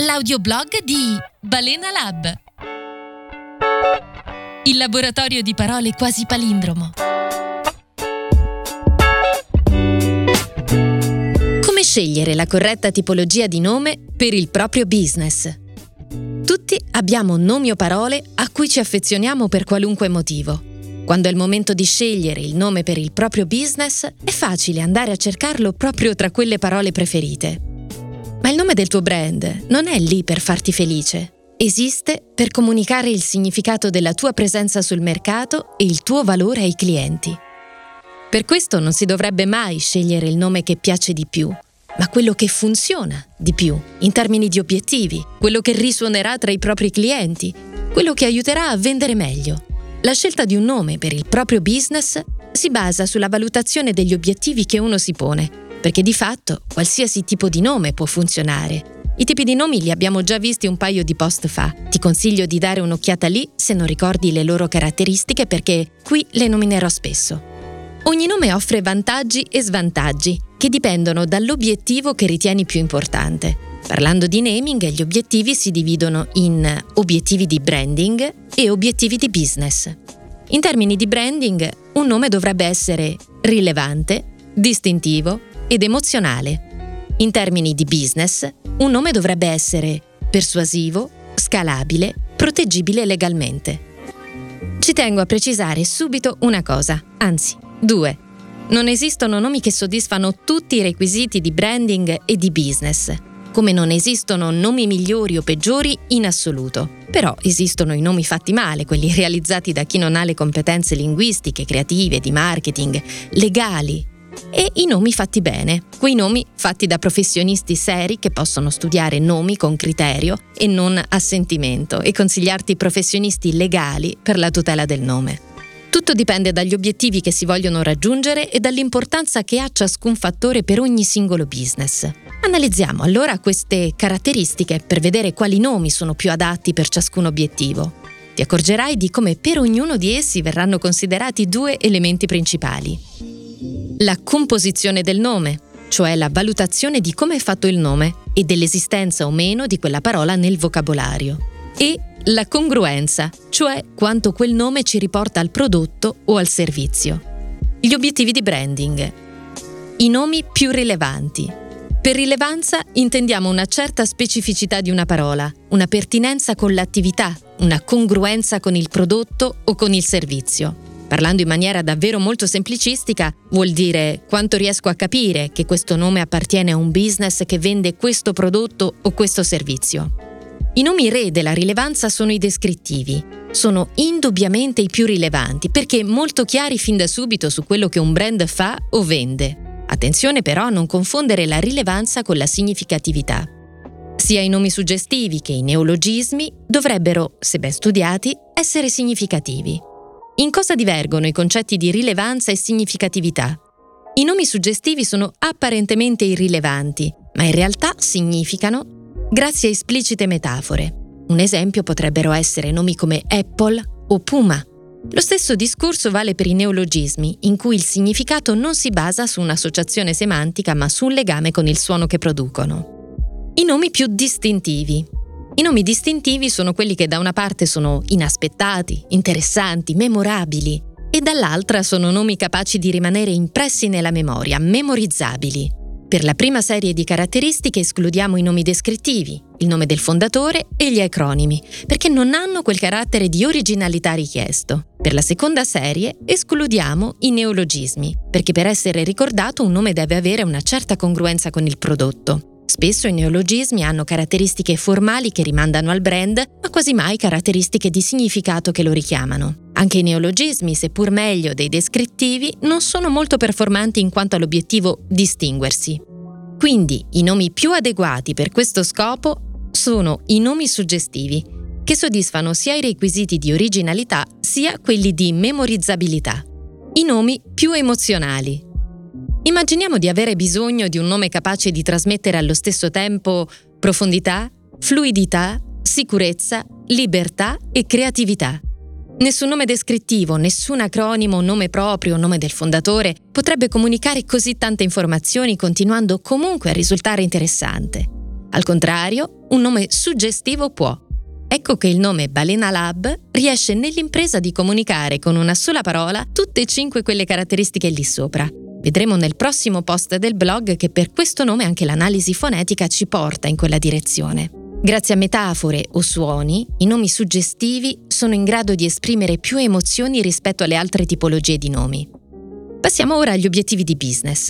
l'audioblog di Balena Lab, il laboratorio di parole quasi palindromo. Come scegliere la corretta tipologia di nome per il proprio business? Tutti abbiamo nomi o parole a cui ci affezioniamo per qualunque motivo. Quando è il momento di scegliere il nome per il proprio business, è facile andare a cercarlo proprio tra quelle parole preferite. Ma il nome del tuo brand non è lì per farti felice. Esiste per comunicare il significato della tua presenza sul mercato e il tuo valore ai clienti. Per questo non si dovrebbe mai scegliere il nome che piace di più, ma quello che funziona di più, in termini di obiettivi, quello che risuonerà tra i propri clienti, quello che aiuterà a vendere meglio. La scelta di un nome per il proprio business si basa sulla valutazione degli obiettivi che uno si pone, perché di fatto qualsiasi tipo di nome può funzionare. I tipi di nomi li abbiamo già visti un paio di post fa. Ti consiglio di dare un'occhiata lì se non ricordi le loro caratteristiche, perché qui le nominerò spesso. Ogni nome offre vantaggi e svantaggi che dipendono dall'obiettivo che ritieni più importante. Parlando di naming, gli obiettivi si dividono in obiettivi di branding e obiettivi di business. In termini di branding, un nome dovrebbe essere rilevante, distintivo ed emozionale. In termini di business, un nome dovrebbe essere persuasivo, scalabile, proteggibile legalmente. Ci tengo a precisare subito una cosa, anzi, due. Non esistono nomi che soddisfano tutti i requisiti di branding e di business, come non esistono nomi migliori o peggiori in assoluto. Però esistono i nomi fatti male, quelli realizzati da chi non ha le competenze linguistiche, creative, di marketing, legali, e i nomi fatti bene, quei nomi fatti da professionisti seri che possono studiare nomi con criterio e non a sentimento e consigliarti professionisti legali per la tutela del nome. Tutto dipende dagli obiettivi che si vogliono raggiungere e dall'importanza che ha ciascun fattore per ogni singolo business. Analizziamo allora queste caratteristiche per vedere quali nomi sono più adatti per ciascun obiettivo. Ti accorgerai di come per ognuno di essi verranno considerati due elementi principali. La composizione del nome, cioè la valutazione di come è fatto il nome e dell'esistenza o meno di quella parola nel vocabolario. E la congruenza, cioè quanto quel nome ci riporta al prodotto o al servizio. Gli obiettivi di branding. I nomi più rilevanti. Per rilevanza intendiamo una certa specificità di una parola, una pertinenza con l'attività, una congruenza con il prodotto o con il servizio. Parlando in maniera davvero molto semplicistica, vuol dire quanto riesco a capire che questo nome appartiene a un business che vende questo prodotto o questo servizio. I nomi re della rilevanza sono i descrittivi. Sono indubbiamente i più rilevanti perché molto chiari fin da subito su quello che un brand fa o vende. Attenzione però a non confondere la rilevanza con la significatività. Sia i nomi suggestivi che i neologismi dovrebbero, se ben studiati, essere significativi. In cosa divergono i concetti di rilevanza e significatività? I nomi suggestivi sono apparentemente irrilevanti, ma in realtà significano grazie a esplicite metafore. Un esempio potrebbero essere nomi come Apple o Puma. Lo stesso discorso vale per i neologismi, in cui il significato non si basa su un'associazione semantica, ma su un legame con il suono che producono. I nomi più distintivi. I nomi distintivi sono quelli che da una parte sono inaspettati, interessanti, memorabili, e dall'altra sono nomi capaci di rimanere impressi nella memoria, memorizzabili. Per la prima serie di caratteristiche escludiamo i nomi descrittivi, il nome del fondatore e gli acronimi, perché non hanno quel carattere di originalità richiesto. Per la seconda serie escludiamo i neologismi, perché per essere ricordato un nome deve avere una certa congruenza con il prodotto. Spesso i neologismi hanno caratteristiche formali che rimandano al brand, ma quasi mai caratteristiche di significato che lo richiamano. Anche i neologismi, seppur meglio dei descrittivi, non sono molto performanti in quanto all'obiettivo distinguersi. Quindi i nomi più adeguati per questo scopo sono i nomi suggestivi, che soddisfano sia i requisiti di originalità sia quelli di memorizzabilità. I nomi più emozionali. Immaginiamo di avere bisogno di un nome capace di trasmettere allo stesso tempo profondità, fluidità, sicurezza, libertà e creatività. Nessun nome descrittivo, nessun acronimo, nome proprio, nome del fondatore potrebbe comunicare così tante informazioni continuando comunque a risultare interessante. Al contrario, un nome suggestivo può. Ecco che il nome Balena Lab riesce nell'impresa di comunicare con una sola parola tutte e 5 quelle caratteristiche lì sopra. Vedremo nel prossimo post del blog che per questo nome anche l'analisi fonetica ci porta in quella direzione. Grazie a metafore o suoni, i nomi suggestivi sono in grado di esprimere più emozioni rispetto alle altre tipologie di nomi. Passiamo ora agli obiettivi di business.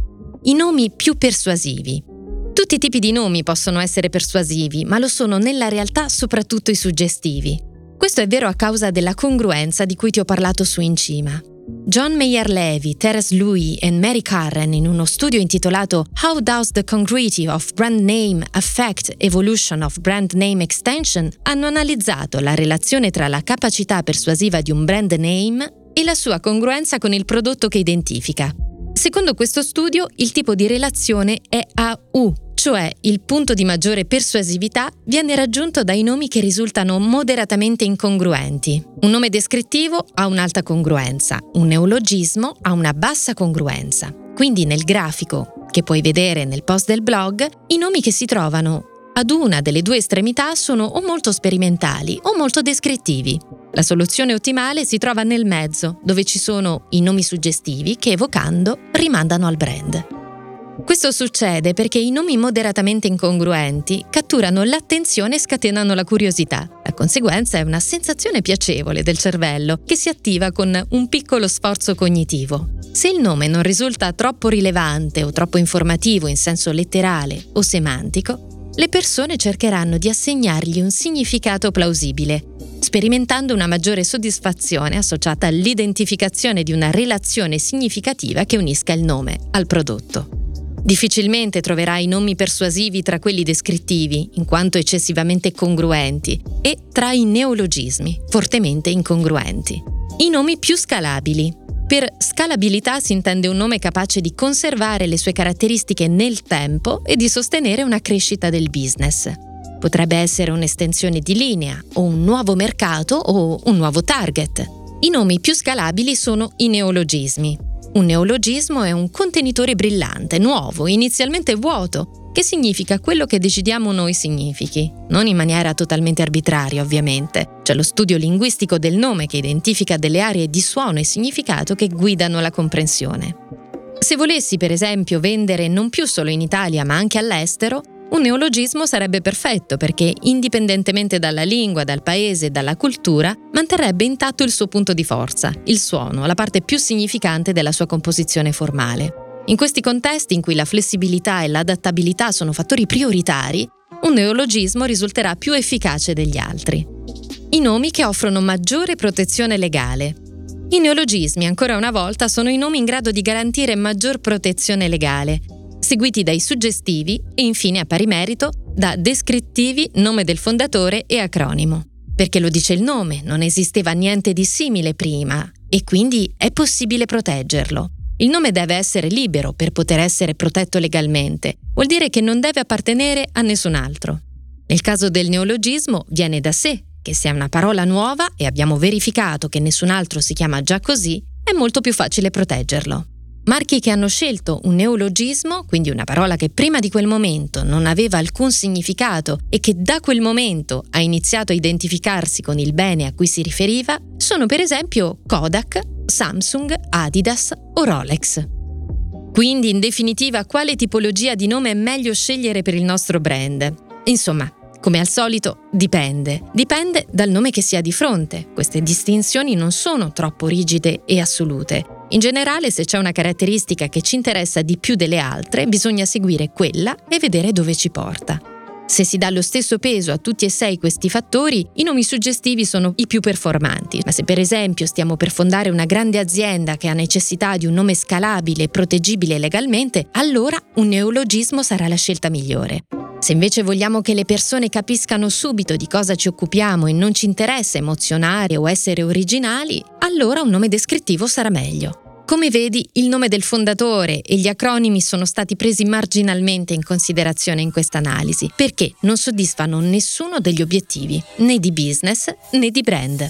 I nomi più persuasivi. Tutti i tipi di nomi possono essere persuasivi, ma lo sono nella realtà soprattutto i suggestivi. Questo è vero a causa della congruenza di cui ti ho parlato su in cima. John Mayer Levy, Terence Louis e Mary Carren, in uno studio intitolato How Does the Congruity of Brand Name Affect Evolution of Brand Name Extension, hanno analizzato la relazione tra la capacità persuasiva di un brand name e la sua congruenza con il prodotto che identifica. Secondo questo studio, il tipo di relazione è a U, cioè il punto di maggiore persuasività viene raggiunto dai nomi che risultano moderatamente incongruenti. Un nome descrittivo ha un'alta congruenza, un neologismo ha una bassa congruenza. Quindi nel grafico, che puoi vedere nel post del blog, i nomi che si trovano ad una delle due estremità sono o molto sperimentali o molto descrittivi. La soluzione ottimale si trova nel mezzo, dove ci sono i nomi suggestivi che, evocando, rimandano al brand. Questo succede perché i nomi moderatamente incongruenti catturano l'attenzione e scatenano la curiosità. La conseguenza è una sensazione piacevole del cervello che si attiva con un piccolo sforzo cognitivo. Se il nome non risulta troppo rilevante o troppo informativo in senso letterale o semantico, le persone cercheranno di assegnargli un significato plausibile, sperimentando una maggiore soddisfazione associata all'identificazione di una relazione significativa che unisca il nome al prodotto. Difficilmente troverai nomi persuasivi tra quelli descrittivi, in quanto eccessivamente congruenti, e tra i neologismi, fortemente incongruenti. I nomi più scalabili. Per scalabilità si intende un nome capace di conservare le sue caratteristiche nel tempo e di sostenere una crescita del business. Potrebbe essere un'estensione di linea, o un nuovo mercato o un nuovo target. I nomi più scalabili sono i neologismi. Un neologismo è un contenitore brillante, nuovo, inizialmente vuoto, che significa quello che decidiamo noi significhi, non in maniera totalmente arbitraria ovviamente. C'è lo studio linguistico del nome che identifica delle aree di suono e significato che guidano la comprensione. Se volessi per esempio vendere non più solo in Italia ma anche all'estero, un neologismo sarebbe perfetto perché, indipendentemente dalla lingua, dal paese e dalla cultura, manterrebbe intatto il suo punto di forza, il suono, la parte più significante della sua composizione formale. In questi contesti in cui la flessibilità e l'adattabilità sono fattori prioritari, un neologismo risulterà più efficace degli altri. I nomi che offrono maggiore protezione legale. I neologismi, ancora una volta, sono i nomi in grado di garantire maggior protezione legale, seguiti dai suggestivi e infine, a pari merito, da descrittivi, nome del fondatore e acronimo. Perché lo dice il nome, non esisteva niente di simile prima e quindi è possibile proteggerlo. Il nome deve essere libero per poter essere protetto legalmente, vuol dire che non deve appartenere a nessun altro. Nel caso del neologismo viene da sé che se è una parola nuova e abbiamo verificato che nessun altro si chiama già così, è molto più facile proteggerlo. Marchi che hanno scelto un neologismo, quindi una parola che prima di quel momento non aveva alcun significato e che da quel momento ha iniziato a identificarsi con il bene a cui si riferiva, sono per esempio Kodak, Samsung, Adidas o Rolex. Quindi, in definitiva, quale tipologia di nome è meglio scegliere per il nostro brand? Insomma, come al solito, dipende. Dipende dal nome che si ha di fronte. Queste distinzioni non sono troppo rigide e assolute. In generale, se c'è una caratteristica che ci interessa di più delle altre, bisogna seguire quella e vedere dove ci porta. Se si dà lo stesso peso a tutti e 6 questi fattori, i nomi suggestivi sono i più performanti. Ma se per esempio stiamo per fondare una grande azienda che ha necessità di un nome scalabile e proteggibile legalmente, allora un neologismo sarà la scelta migliore. Se invece vogliamo che le persone capiscano subito di cosa ci occupiamo e non ci interessa emozionare o essere originali, allora un nome descrittivo sarà meglio. Come vedi, il nome del fondatore e gli acronimi sono stati presi marginalmente in considerazione in questa analisi, perché non soddisfano nessuno degli obiettivi, né di business né di brand.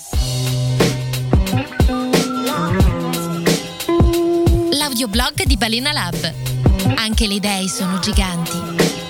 L'audioblog di Balena Lab. Anche le idee sono giganti.